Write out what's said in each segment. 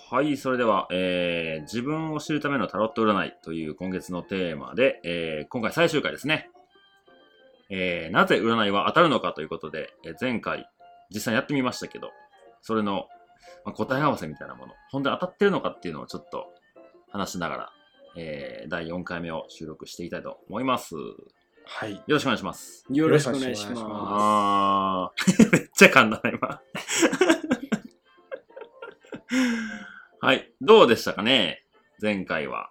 はい、それでは、自分を知るためのタロット占いという今月のテーマで、今回最終回ですね。なぜ占いは当たるのかということで、前回実際にやってみましたけど、それの、答え合わせみたいなもの、本当に当たってるのかっていうのをちょっと話しながら、第4回目を収録していきたいと思います。 はい。 よろしくお願いします。 よろしくお願いしまめっちゃ噛んだな、今。はい。どうでしたかね前回は。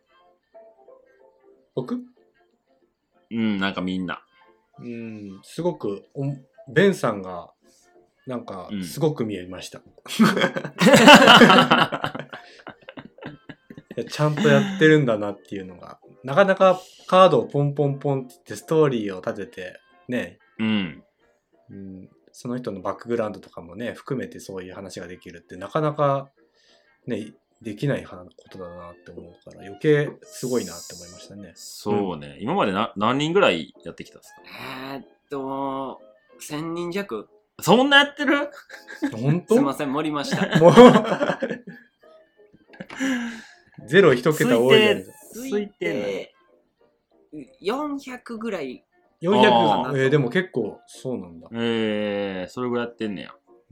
僕なんかみんな。 すごくベンさんがなんかすごく見えました。いやちゃんとやってるんだなっていうのが、なかなかカードをポンポンポンって言ってストーリーを立ててね、その人のバックグラウンドとかもね含めてそういう話ができるってなかなかねできないことだなって思うから余計すごいなって思いましたね。 そうね。今まで何人ぐらいやってきたんですか 1000人弱。 そんなやってる本当すいません、盛りました。 もうゼロ一桁多いじゃないですか。 推定 400ぐらい。 400でも結構そうなんだ。 それぐらいやってんねや。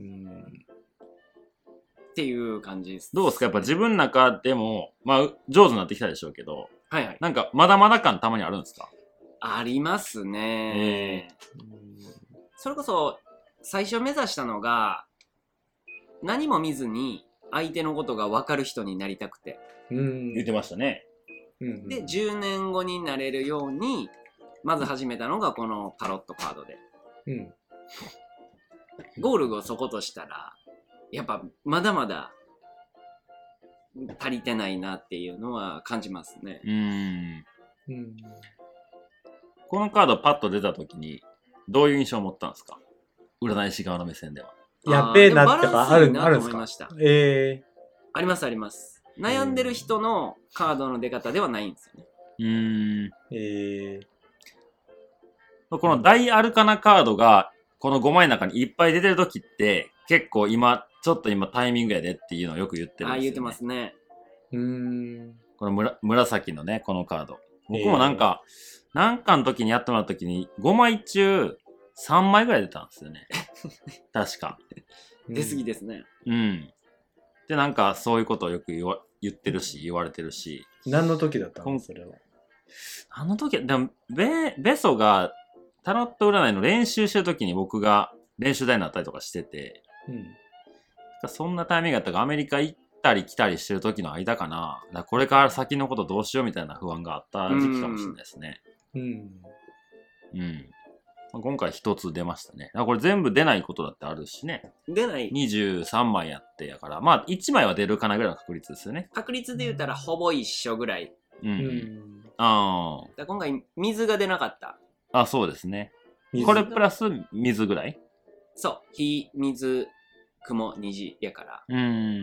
っていう感じです。 どうですかやっぱ自分の中でも、上手になってきたでしょうけど、 はいはい。 なんかまだまだ感たまにあるんですかありますね。それこそ、最初目指したのが、何も見ずに相手のことが分かる人になりたくて。 言ってましたね。 で、10年後になれるように、まず始めたのがこのタロットカードで。ゴールをそことしたら、やっぱまだまだ足りてないなっていうのは感じますね。 このカードパッと出た時にどういう印象を持ったんですか占い師側の目線では。 やっべえなってかあるんですか。 ありますあります。悩んでる人のカードの出方ではないんですよね。 この大アルカナカードがこの5枚の中にいっぱい出てる時って結構ちょっと今タイミングやでっていうのをよく言ってるんですよね。 言ってますね。 この紫のね、このカード。僕もなんかの時にやってもらった時に5枚中3枚ぐらい出たんですよね。確か。 出過ぎですね。 で、なんかそういうことをよく言ってるし、言われてるし。 何の時だったのそれは。 あの時、でも、ベソがタロット占いの練習してる時に僕が練習台になったりとかしてて、そんなタイミングだったかアメリカ行ったり来たりしてる時の間かな。だからこれから先のことどうしようみたいな不安があった時期かもしれないですね。今回一つ出ましたね。だからこれ全部出ないことだってあるしね。 出ない。 23枚やってやから、1枚は出るかなぐらいの確率ですよね。 確率で言ったらほぼ一緒ぐらい。 今回水が出なかった。 そうですね。これプラス水ぐらいそう。火、水、雲、虹やから。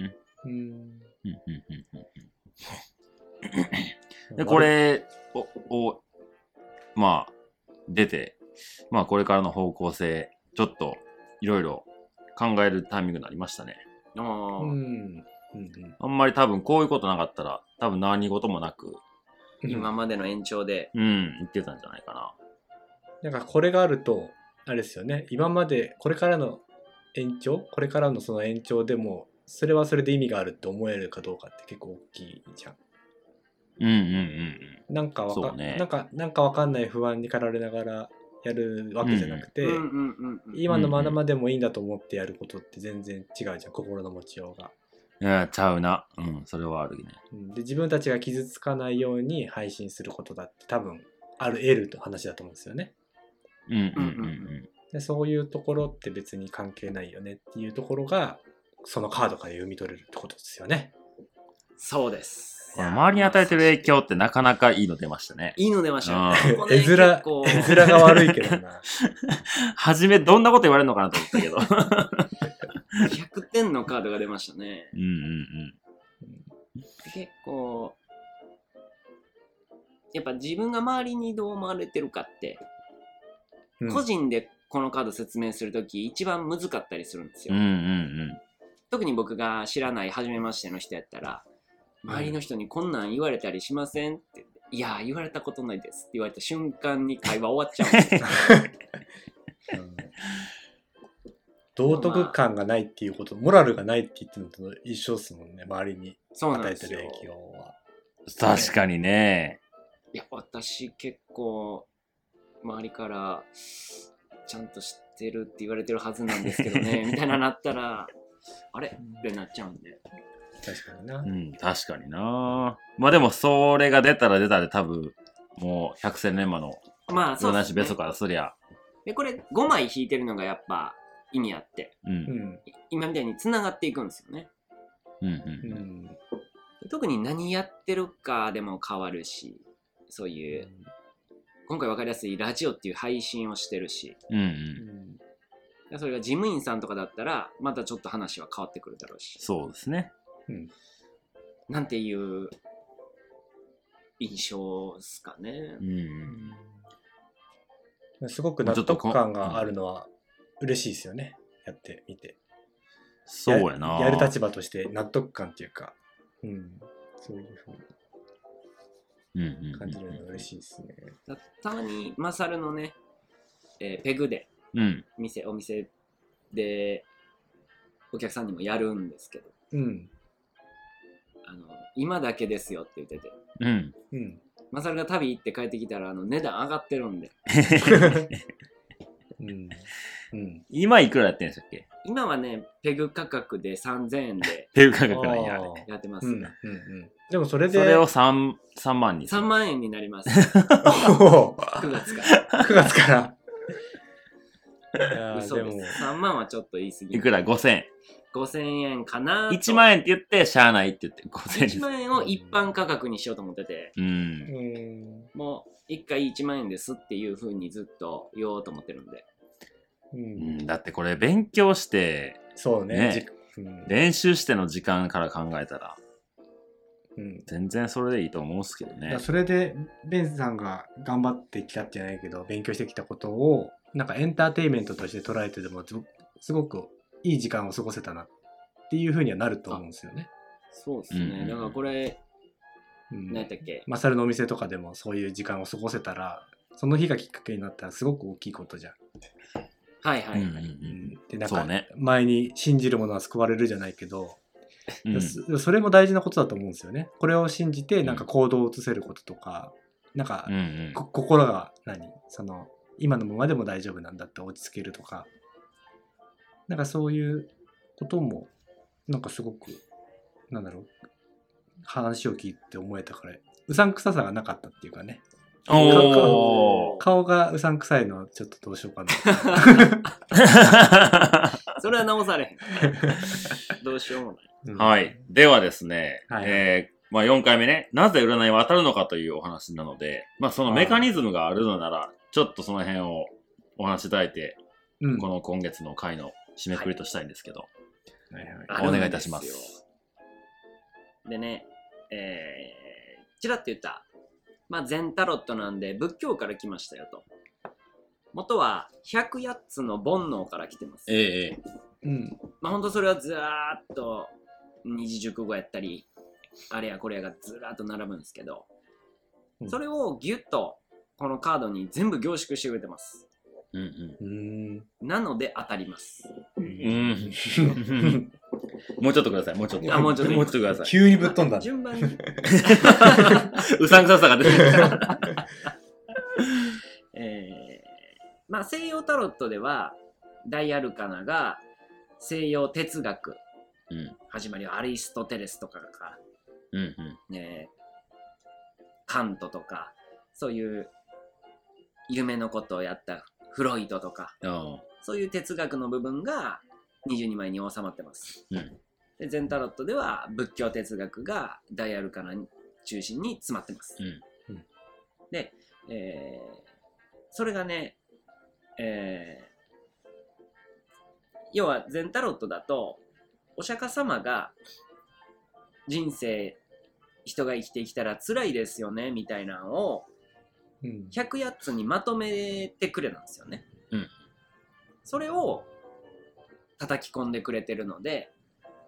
で、これを出て、これからの方向性、ちょっといろいろ考えるタイミングになりましたね。あんまり多分こういうことなかったら、多分何事もなく、 今までの延長で、 言ってたんじゃないかな。 なんかこれがあると、あれですよね。今まで、これからのその延長でも、それはそれで意味があるって思えるかどうかって結構大きいじゃん。なんかわかんない不安に駆られながらやるわけじゃなくて、今のままでもいいんだと思ってやることって全然違うじゃん、心の持ちようが。 いや、ちゃうな。それはあるね。 で、自分たちが傷つかないように配信することだって多分得ると話だと思うんですよね。で、そういうところって別に関係ないよねっていうところがそのカードから読み取れるってことですよね。 そうです。 周りに与えてる影響ってなかなかいいの出ましたね。 いいの出ましたね。 絵面が悪いけどな。 初めどんなこと言われるのかなと思ったけど。 100点のカードが出ましたね。結構やっぱ自分が周りにどう思われてるかって、個人でこのカード説明するとき一番難かったりするんですよ。 特に僕が知らない初めましての人やったら、周りの人にこんなん言われたりしませんって言って、いや言われたことないですって言われた瞬間に会話終わっちゃうんですよ。 道徳感がないっていうこと、モラルがないって言ってるのと一緒ですもんね、周りにそうなん与えですよ。 てる影響は。 確かにね。 いや私結構周りからちゃんと知ってるって言われてるはずなんですけどねみたいななったらあれってなっちゃうんで。 確かにな。 うん、確かにな。まあでもそれが出たら出たで多分もう百戦錬磨のまあそうですね占い師ベストからすりゃ。 でこれ5枚引いてるのがやっぱ意味あって、 うん。 今みたいに繋がっていくんですよね。 うんう。 うんん。 特に何やってるかでも変わるし、そういう今回分かりやすいラジオっていう配信をしてるし、 うんう。 うんん。 それが事務員さんとかだったらまたちょっと話は変わってくるだろうし、 そうですね。 うん。 なんていう印象ですかね。 うん。 すごく納得感があるのは嬉しいですよね。やってみて。 そうやな。 やる立場として納得感っていうか、うん。そういうふうに感じるのが嬉しいですね。 たまにマサルのね、ペグでうん。 お店でお客さんにもやるんですけど、 うん。 今だけですよって言ってて、 うん。 うん。 マサルが旅行って帰ってきたら値段上がってるんで、 うん。うん。 今いくらやってんでしたっけ？ 今はねペグ価格で3000円でペグ価格なんや。 あーやってます、 うん。うん。うん。でもそれで、 それを3万にす 3 る。 万円になりますおー 9月から 9月から。いやーでも、 嘘です3万はちょっっと言い過ぎいくら ?5000 円。 5000円かなと 1万円って言って、しゃあないって言って5000円。 1万円を一般価格にしようと思ってて、 うん。 もう1回1万円ですっていう風にずっと言おうと思ってるんで、 うん。 うん、だってこれ勉強してそうね。 ねうん。 練習しての時間から考えたらうん全然それでいいと思うんすけどねだから。それでベンさんが頑張ってきたってじゃないけど勉強してきたことをなんかエンターテインメントとして捉えてでもすごくいい時間を過ごせたなっていう風にはなると思うんですよね。 そうですね、 うんだからこれうん何やったっけ、 マサルのお店とかでもそういう時間を過ごせたらその日がきっかけになったらすごく大きいことじゃん。 はいはいはい、 うんうんうんでなんかそうね前に信じるものは救われるじゃないけど、 うんそれも大事なことだと思うんですよね。これを信じてなんか行動を移せることとか、なんかうんうん心がその今のままでも大丈夫なんだって落ち着けるとか、なんかそういうこともなんかすごくなんだろう話を聞いて思えたからうさんくささがなかったっていうかね。 おー顔がうさんくさいのちょっとどうしようかな。 それは直されへんどうしようもない。 うんはい。ではですね、 はいまあ4回目ね、なぜ占いは当たるのかというお話なので、まあそのメカニズムがあるのなら、ちょっとその辺をお話しいただいて、 うんこの今月の回の締めくくりとしたいんですけど。 はいはいあるんですよお願いいたします。 でね、ちらっと言った、まあ、全タロットなんで仏教から来ましたよと。元は108つの煩悩から来てます。 ええうんまあほんとそれはずーっと二字熟語やったり、あれやこれやがずらーっと並ぶんですけど、 うんそれをギュッとこのカードに全部凝縮してくれてます。 うんなので当たります。 うん。うん。もうちょっとください、もうちょっと。 あもうちょっともうちょっとください。 急にぶっ飛んだ。 順番に。 うさんくささが出てきた。 まあ西洋タロットでは大アルカナが西洋哲学、 うん。 始まりはアリストテレスとかが、 うん。 カントとかそういう夢のことをやったフロイトとかうん。 そういう哲学の部分が22枚に収まってます。 うん。 で全タロットでは仏教哲学が大アルカナ中心に詰まってます。 うんで、それがね、要は全タロットだとお釈迦様が人生人が生きてきたら辛いですよねみたいなのをうん 108つにまとめてくれなんですよね。 うんそれを叩き込んでくれてるので、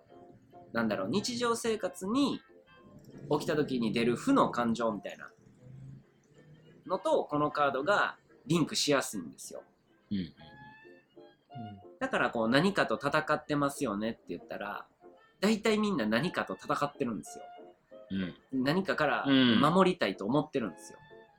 なんだろう、日常生活に起きた時に出る負の感情みたいなのとこのカードがリンクしやすいんですよ。 うんだからこう何かと戦ってますよねって言ったら、大体みんな何かと戦ってるんですよ。 うん何かからうん守りたいと思ってるんですよ。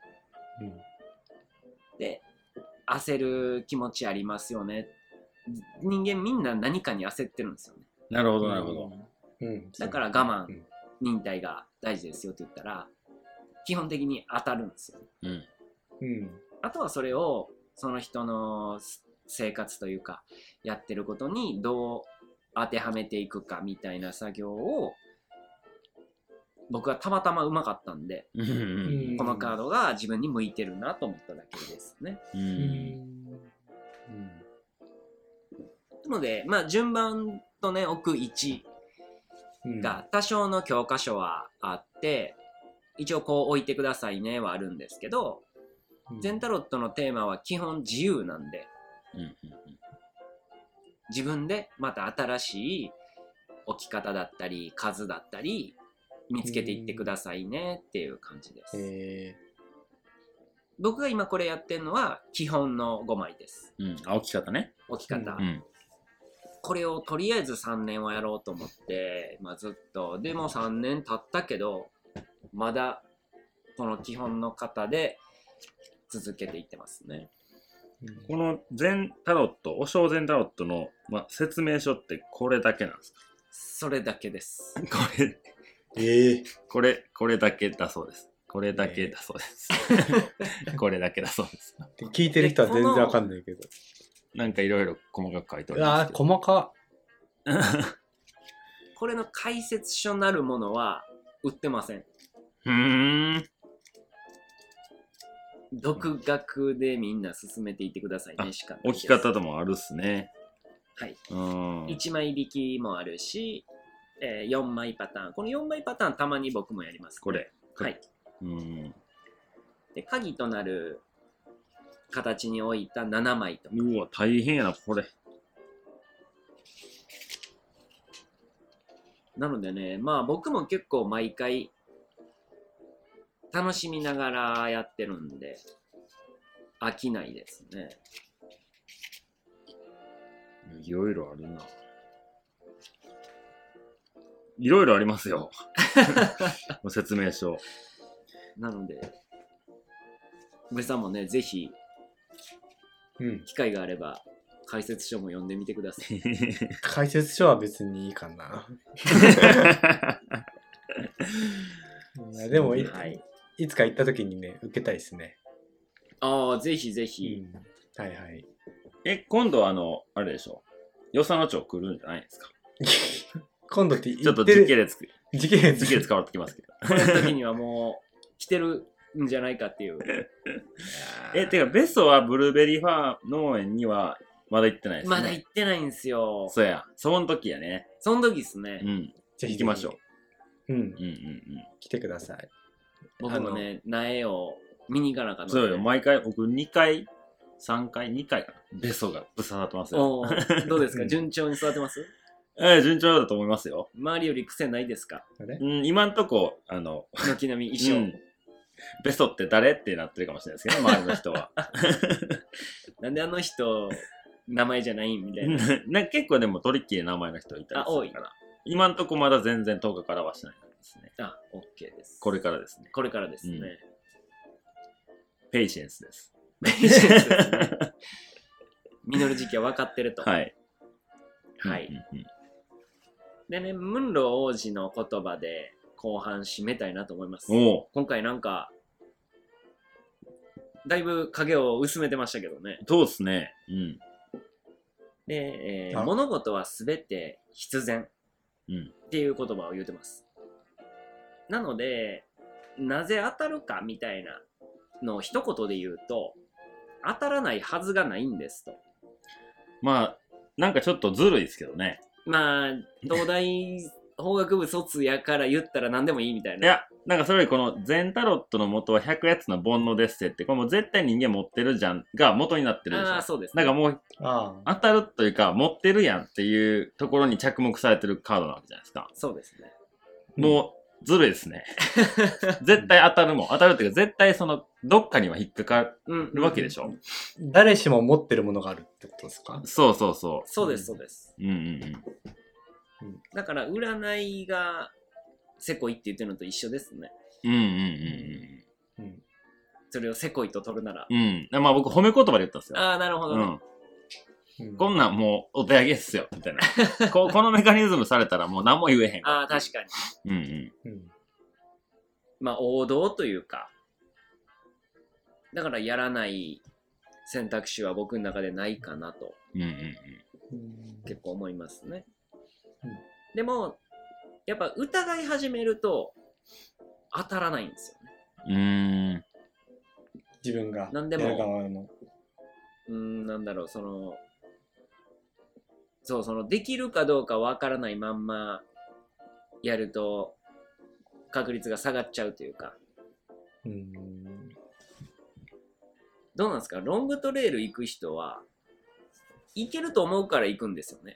で、焦る気持ちありますよね。人間みんな何かに焦ってるんですよね。 なるほどなるほど。 だから我慢、忍耐が大事ですよって言ったら、基本的に当たるんですよ。あとはそれをその人の生活というかやってることにどう当てはめていくかみたいな作業を僕はたまたまうまかったんで、このカードが自分に向いてるなと思っただけですね。なのでまあ順番とね置く位置が多少の教科書はあって一応こう置いてくださいねはあるんですけど、全タロットのテーマは基本自由なんで、自分でまた新しい置き方だったり数だったり見つけていってくださいねっていう感じです。僕が今これやってるのは基本の5枚です。 置き方ね。 置き方。これをとりあえず3年はやろうと思って、まあ、ずっとでも3年経ったけどまだこの基本の型で続けていってますね。 この全タロット、お正全タロットの、説明書ってこれだけなんですか？ それだけです。 これだけだそうです。これだけだそうです。これだけだそうです。 聞いてる人は全然わかんないけど。 なんかいろいろ細かく書いておりますけど。 細か。 これの解説書なるものは売ってません。独学でみんな進めていってくださいねしかないです。 置き方ともあるっすね。 はい。1枚引きもあるし、4枚パターン。この4枚パターンたまに僕もやります、ね。 これ。 はい。で、鍵となる形に置いた7枚と。 うわ、大変やな、これ。 なのでね、まあ僕も結構毎回楽しみながらやってるんで、飽きないですね。 いろいろあるな。いろいろありますよ。説明書。 なので、宇部さんもね、ぜひ、機会があれば、解説書も読んでみてください。 解説書は別にいいかな。でもいつか行った時にね、受けたいですね。 ああ、ぜひぜひ。 はいはい。 今度はあれでしょ。与謝野町来るんじゃないですか。 今度ってちょっと時系列変わってきますけど。 この時にはもう来てるんじゃないかっていう。 てかベストはブルーベリーファー農園にはまだ行ってないですね。 まだ行ってないんですよ。 そうや。その時やね。 その時ですね。 ぜひ行きましょう。 来てください。 僕もね、苗を見に行かなかった。 そうよ。毎回僕2回、3回、2回かな。ベソがぶっ刺さってますよ。 どうですか？順調に育てます？ 順調だと思いますよ。 周りより癖ないですか？ 今んとこ、 軒並み一緒。 ベソって誰ってなってるかもしれないですけど、周りの人は。 なんであの人、名前じゃないみたいな。 結構でもトリッキーな名前の人いたりするから。今んとこまだ全然10日からはしないですね。 OK です。 これからですね。 これからですね。 ペイシェンスです。 ペイシェンスですね。実る時期は分かってると。はい。はい。でね、ムンロ王子の言葉で後半締めたいなと思います。今回なんか、だいぶ影を薄めてましたけどね。 そうですね。 で、物事はすべて必然っていう言葉を言ってます。なので、なぜ当たるかみたいなのを一言で言うと、当たらないはずがないんですと。なんかちょっとずるいですけどね。 東大法学部卒やから言ったら何でもいいみたいな。 いや、なんかそれよりこの全タロットの元は100やつの煩悩ですって、これもう絶対人間持ってるじゃんが元になってるでしょ。 ああ、そうです、 だからもうあ当たるというか持ってるやんっていうところに着目されてるカードなわけじゃないですか。 そうですね。 もうずるいですね。絶対当たるもん。当たるっていうか絶対そのどっかには引っかかるわけでしょ。 誰しも持ってるものがあるってことですか？ そうそうそそうです、そうです。 う。うんうんだから占いがせこいって言ってるのと一緒ですね。 うん。うんうんうんそれをせこいと取るなら。 うんうん。まあ僕褒め言葉で言ったんですよ。 ああ、なるほどね。 うん。 うんこんなんもうお手上げっすよ。みたいな。このメカニズムされたらもう何も言えへん。 ああ、確かに。 うんうんまあ、王道というか。だからやらない選択肢は僕の中でないかなとうん。うんうん結構思いますね。 うんでも、やっぱ疑い始めると当たらないんですよね。 うん。 自分が何でもやる側の。 なんだろう、その、できるかどうかわからないまんまやると、確率が下がっちゃうというか、 うんどうなんですか？ロングトレイル行く人は、行けると思うから行くんですよね。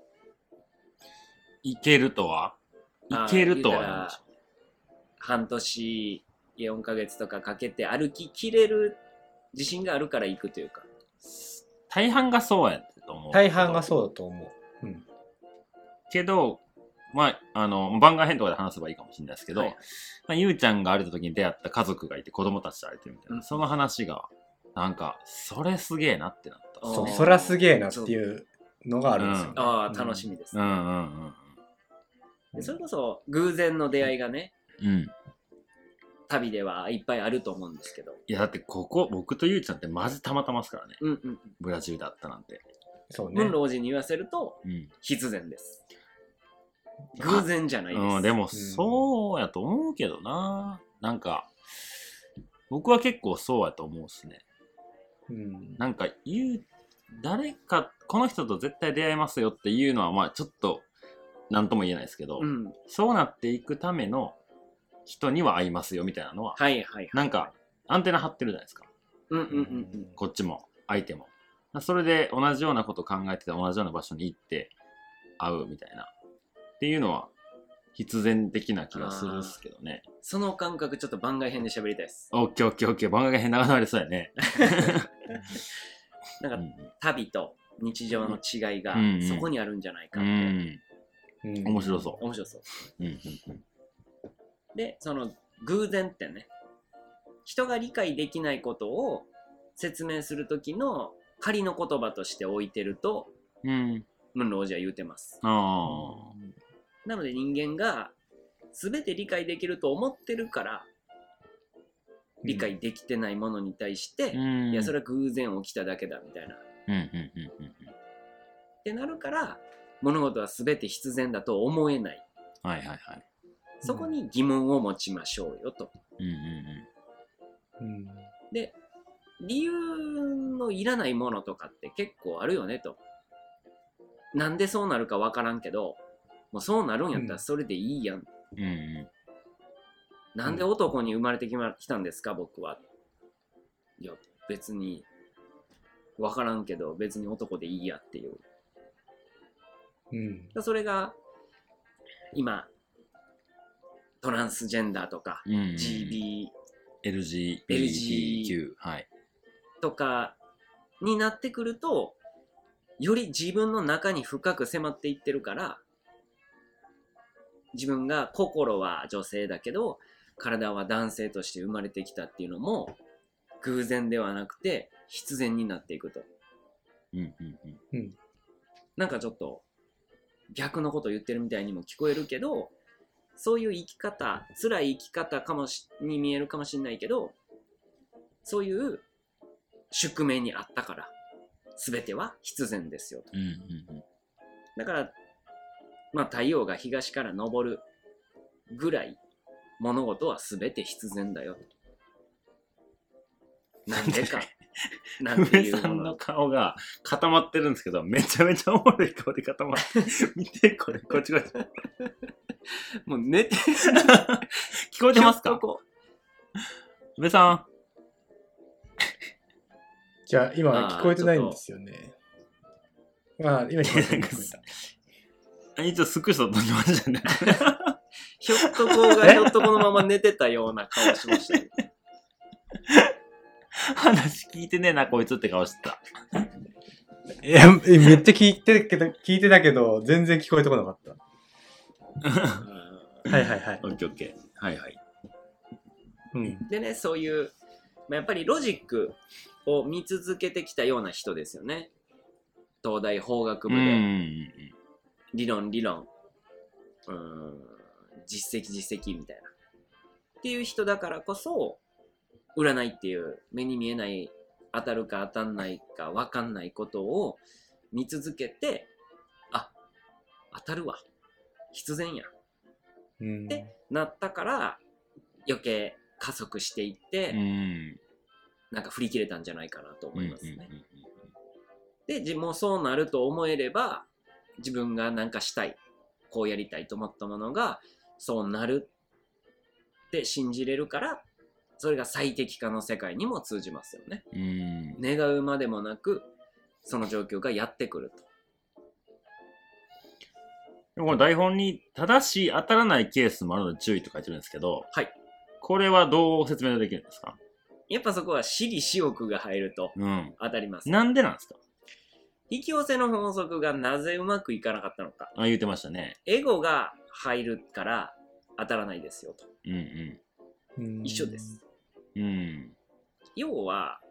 いけるとはいけるとは何でしょ半年、4ヶ月とかかけて歩ききれる自信があるから行くというか。 大半がそうやと思う。 大半がそうだと思う。うんけど、まあ、番外編とかで話せばいいかもしれないですけど、 はいまあ、ゆうちゃんが歩いた時に出会った家族がいて子供たちと歩いてるみたいな、 うんその話が、なんか、それすげえなってなった。 あーそう、そらすげえなっていうのがあるんですよね。 ああ、楽しみです、 うんうんでそれこそ偶然の出会いがね、 うん。うん。 旅ではいっぱいあると思うんですけど。 いや、だって僕とゆうちゃんってマジたまたまですからね。 うんうん。 ブラジルだったなんて。 そうね文。老寺に言わせるとうん。 必然です。偶然じゃないです。 うん、でも、そうやと思うけどな。なんか、僕は結構そうやと思うっすね。 うんなんか誰かこの人と絶対出会えますよっていうのはまあちょっと何とも言えないですけど、 うん。 そうなっていくための人には会いますよみたいなのは、 はいはいはい。 なんかアンテナ張ってるじゃないですか、 うんうんうんこっちも相手も。それで同じようなこと考えてて同じような場所に行って会うみたいなっていうのは必然的な気がするっすけどね。 その感覚ちょっと番外編で喋りたいです。 オッケーオッケーオッケー、番外編長くなりそうやね。 なんかうん旅と日常の違いがうんそこにあるんじゃないかうって、 ん、面白そう。 面白そう。 うんうんで、その偶然ってね、人が理解できないことを説明するときの仮の言葉として置いてると、 うん。うん。 ムンロージは言うてます。 あなので人間が全て理解できると思ってるから、理解できてないものに対して、 あ。うん。 いや、それは偶然起きただけだみたいな。っうんうんうんうんてなるから、物事は全て必然だと思えない。 はいはいはい。 そこに疑問を持ちましょうよと。 うんうんうんで、理由のいらないものとかって結構あるよねと。なんでそうなるかわからんけど、もうそうなるんやったらそれでいいやん。 うん。うんなんで男に生まれてきたんですか、僕は。いや、別に、わからんけど、別に男でいいやっていう。 うんそれが、今、トランスジェンダーとか、 うん。うん。 GB LGBTQ。はい。 とかになってくると、より自分の中に深く迫っていってるから、自分が心は女性だけど、体は男性として生まれてきたっていうのも、偶然ではなくて、必然になっていくと。 うんうんうん。 なんかちょっと、逆のこと言ってるみたいにも聞こえるけど、そういう生き方、辛い生き方に見えるかもしれないけど、そういう宿命にあったから、全ては必然ですよと。 うんうんうん。 だから、まあ太陽が東から昇るぐらい、物事は全て必然だよと。なんでか。なんていうもの梅さんの。顔が固まってるんですけど、めちゃめちゃおもろい顔で固まって。見て、これ、こっちこっち。 もう寝て聞こえてますか？ ひょっとこ宇部さん。 じゃあ今聞こえてないんですよね。まあ今聞こえた聞こえた。 一応スクショ撮りましたね。 ひょっとこがひょっとこのまま寝てたような顔しましたね。 話聞いてねえな、こいつって顔してた。 いや、めっちゃ聞いてたけど、全然聞こえてこなかった。はいはいはい。 オッケーオッケー。はいはい。 うん。 でね、そういう、やっぱりロジックを見続けてきたような人ですよね。東大法学部で理論、実績みたいな。っていう人だからこそ、占いっていう目に見えない当たるか当たんないか分かんないことを見続けて、あ、当たるわ。必然や。ってなったから余計加速していって、なんか振り切れたんじゃないかなと思いますね。で、もうそうなると思えれば、自分がなんかしたい、こうやりたいと思ったものがそうなるって信じれるから、それが最適化の世界にも通じますよね。願うまでもなくその状況がやってくると。 この台本に正しい当たらないケースもあるので注意と書いてるんですけど、 はい。 これはどう説明できるんですか？ やっぱそこは私利私欲が入ると当たります。 なんでなんですか？ 引き寄せの法則がなぜうまくいかなかったのか。 言ってましたね。 エゴが入るから当たらないですよと。一緒です。要は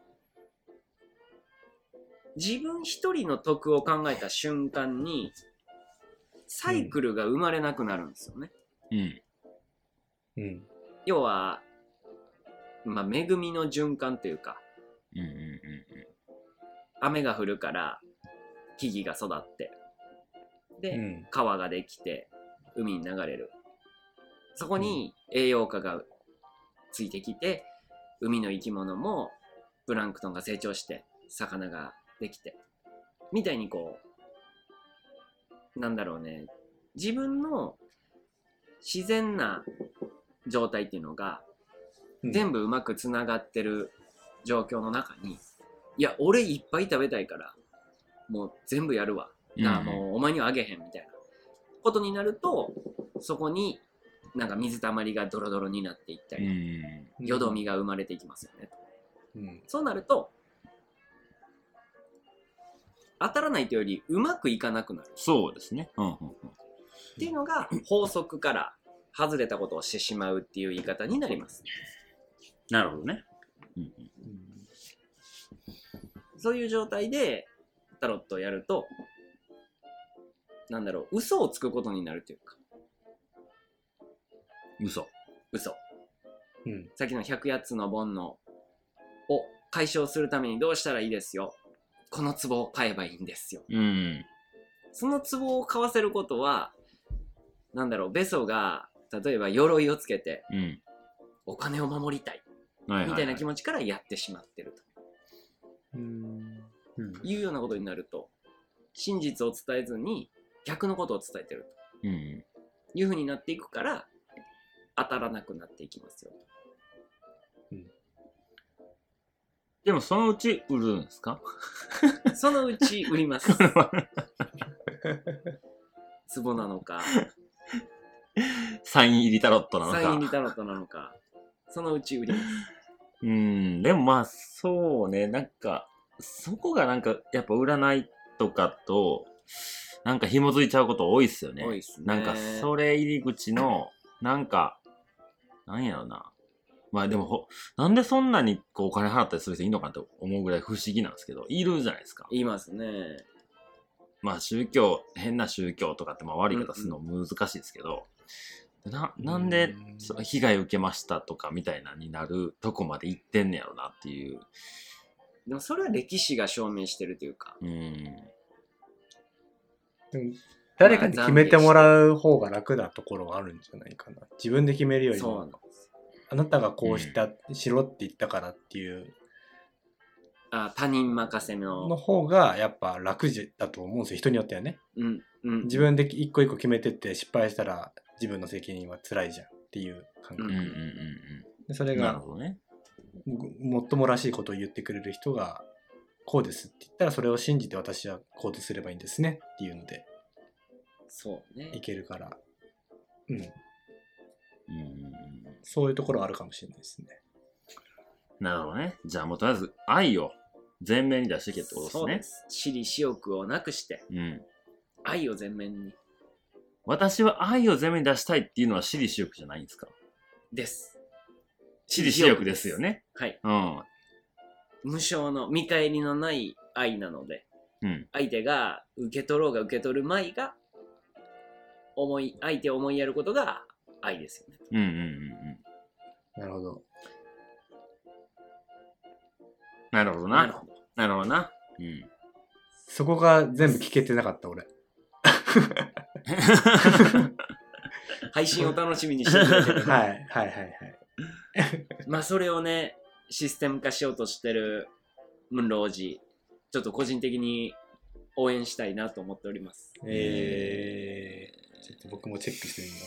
自分一人の得を考えた瞬間にサイクルが生まれなくなるんですよね。要は、恵みの循環というか、雨が降るから木々が育って、で、川ができて海に流れる。そこに栄養価がついてきて、海の生き物もプランクトンが成長して魚ができてみたいに、こうなんだろうね、自分の自然な状態っていうのが全部うまくつながってる状況の中に、いや俺いっぱい食べたいからもう全部やるわ、もうお前にはあげへんみたいなことになると、そこになんか水たまりがドロドロになっていったり、よどみが生まれていきますよね。そうなると当たらないというよりうまくいかなくなる。 そうですね。 っていうのが法則から外れたことをしてしまうっていう言い方になります。 なるほどね。 そういう状態でタロットをやると、なんだろう、嘘をつくことになるというか。嘘。さっきの100やつの煩悩を解消するためにどうしたらいいですよ。この壺を買えばいいんですよ。その壺を買わせることは、なんだろう、ベソが例えば鎧をつけて、お金を守りたいみたいな気持ちからやってしまってるというようなことになると、真実を伝えずに逆のことを伝えてるというふうになっていくから、当たらなくなっていきますよ。 でもそのうち売るんですか？ そのうち売ります。壺なのかサイン入りタロットなのか。 サイン入りタロットなのか、そのうち売ります。 でもそうね、なんかそこがなんかやっぱ占いとかとなんか紐づいちゃうこと多いっすよね。 多いっすね。 なんかそれ入り口のなんやろな。でもなんでそんなにこうお金払ったりする人いいのかなと思うぐらい不思議なんですけど、いるじゃないですか。 いますね。 宗教、変な宗教とかって悪い方するの難しいですけど、なんで被害受けましたとかみたいなになるとこまで行ってんねやろなっていう。 でもそれは歴史が証明してるというか。 誰かに決めてもらう方が楽なところがあるんじゃないかな。自分で決めるよりも、あなたがこうしろって言ったからっていう、 他人任せの方がやっぱ楽だと思うんですよ、人によってはね。自分で一個一個決めてって失敗したら自分の責任は辛いじゃんっていう感覚、 うんうんうんでそれうん。なるがほどね。 もっともらしいことを言ってくれる人がこうですって言ったらそれを信じて私は行動すればいいんですねっていうのでそうねいけるから、うん、 うんうんうん。 そういうところはあるかもしれないですね。 なるほどね。じゃあもうとりあえず愛を前面に出していけってことですね。 そうです。私利私欲をなくしてうん。 愛を前面に私は愛を前面に出したいっていうのは私利私欲じゃないんですか？ です私利私欲ですよね。 はいうん。 無償の見返りのない愛なのでうん。 相手が受け取ろうが受け取るまいが相手を思いやることが愛ですよね。 うんうんうんなるほど。 なるほどな。 なるほど。 なるほどな。うん。 そこが全部聞けてなかった俺。 配信を楽しみにしてくれてる、 はいはいはいはい。 まあそれをねシステム化しようとしてるムンロージちょっと個人的に応援したいなと思っております。 ちょっと僕もチェックしてみます。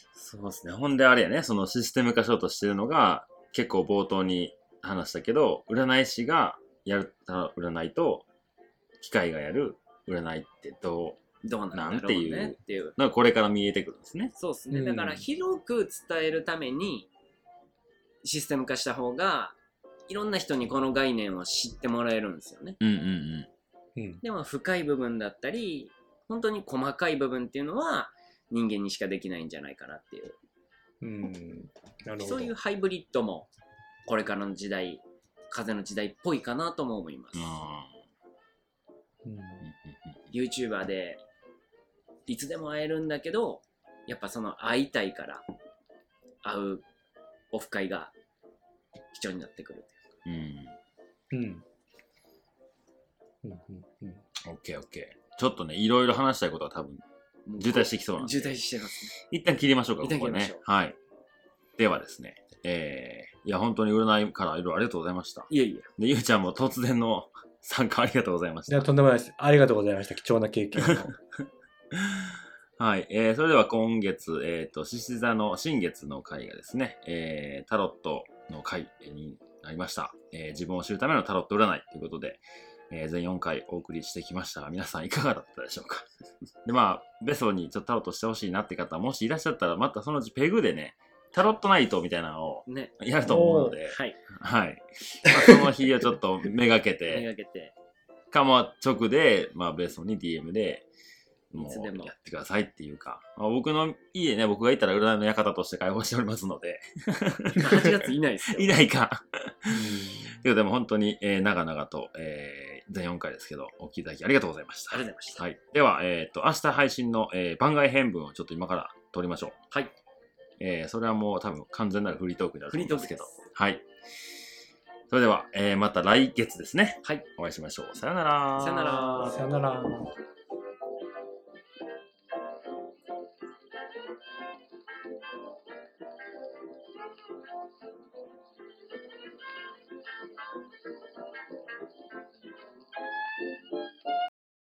そうですね。ほんであれやね、そのシステム化しようとしてるのが、結構冒頭に話したけど、占い師がやる占いと、機械がやる占いってどどうなんだろうなんていうねっていう。 うなんかこれから見えてくるんですね。 そうですね。 うんだから広く伝えるためにシステム化した方がいろんな人にこの概念を知ってもらえるんですよね。 うんうんうん。 でも深い部分だったり本当に細かい部分っていうのは人間にしかできないんじゃないかなっていう、 うん。なるほど。 そういうハイブリッドもこれからの時代風の時代っぽいかなとも思います。 うん。 YouTuber でいつでも会えるんだけどやっぱその会いたいから会うオフ会が貴重になってくるというか。 うん。 うん。うんうんうん。 オッケーオッケー。ちょっとね、いろいろ話したいことは多分、渋滞してきそうなんで。 渋滞してますね。 一旦切りましょうか、 一旦ここは切りましょう。 ねはい。ではですね、いや、本当に占いからいろいろありがとうございました。 いえいえ。 で、ゆうちゃんも突然の参加ありがとうございました。 いや、とんでもないです。ありがとうございました。貴重な経験を。 はい。それでは今月、獅子座の新月の回がですね、タロットの回になりました。自分を知るためのタロット占いということで、全4回お送りしてきましたが、皆さんいかがだったでしょうか。で、まあ、ベソにちょっとタロットしてほしいなって方、もしいらっしゃったら、またそのうちペグでね、タロットナイトみたいなのをね。 やると思うので、 はい。 はい。まあ、その日をちょっとめがけめて、 がけて。 かも直で、まあ、ベソに DM で、もいつでもうやってくださいっていうか、まあ、僕の家ね、僕がいたら占いの館として開放しておりますので、 8月いないですよ。 いないか。 うんということで、もう本当に、長々と、全4回ですけど、お聞きいただきありがとうございました。 ありがとうございました。 はい。では、明日配信の、番外編分をちょっと今から撮りましょう。 はい。 それはもう多分完全なるフリートークになると思うんですけど。 フリートークですはい。それでは、また来月ですね。 はい。 お会いしましょう。さよなら。 さよならさよなら。 Thank you.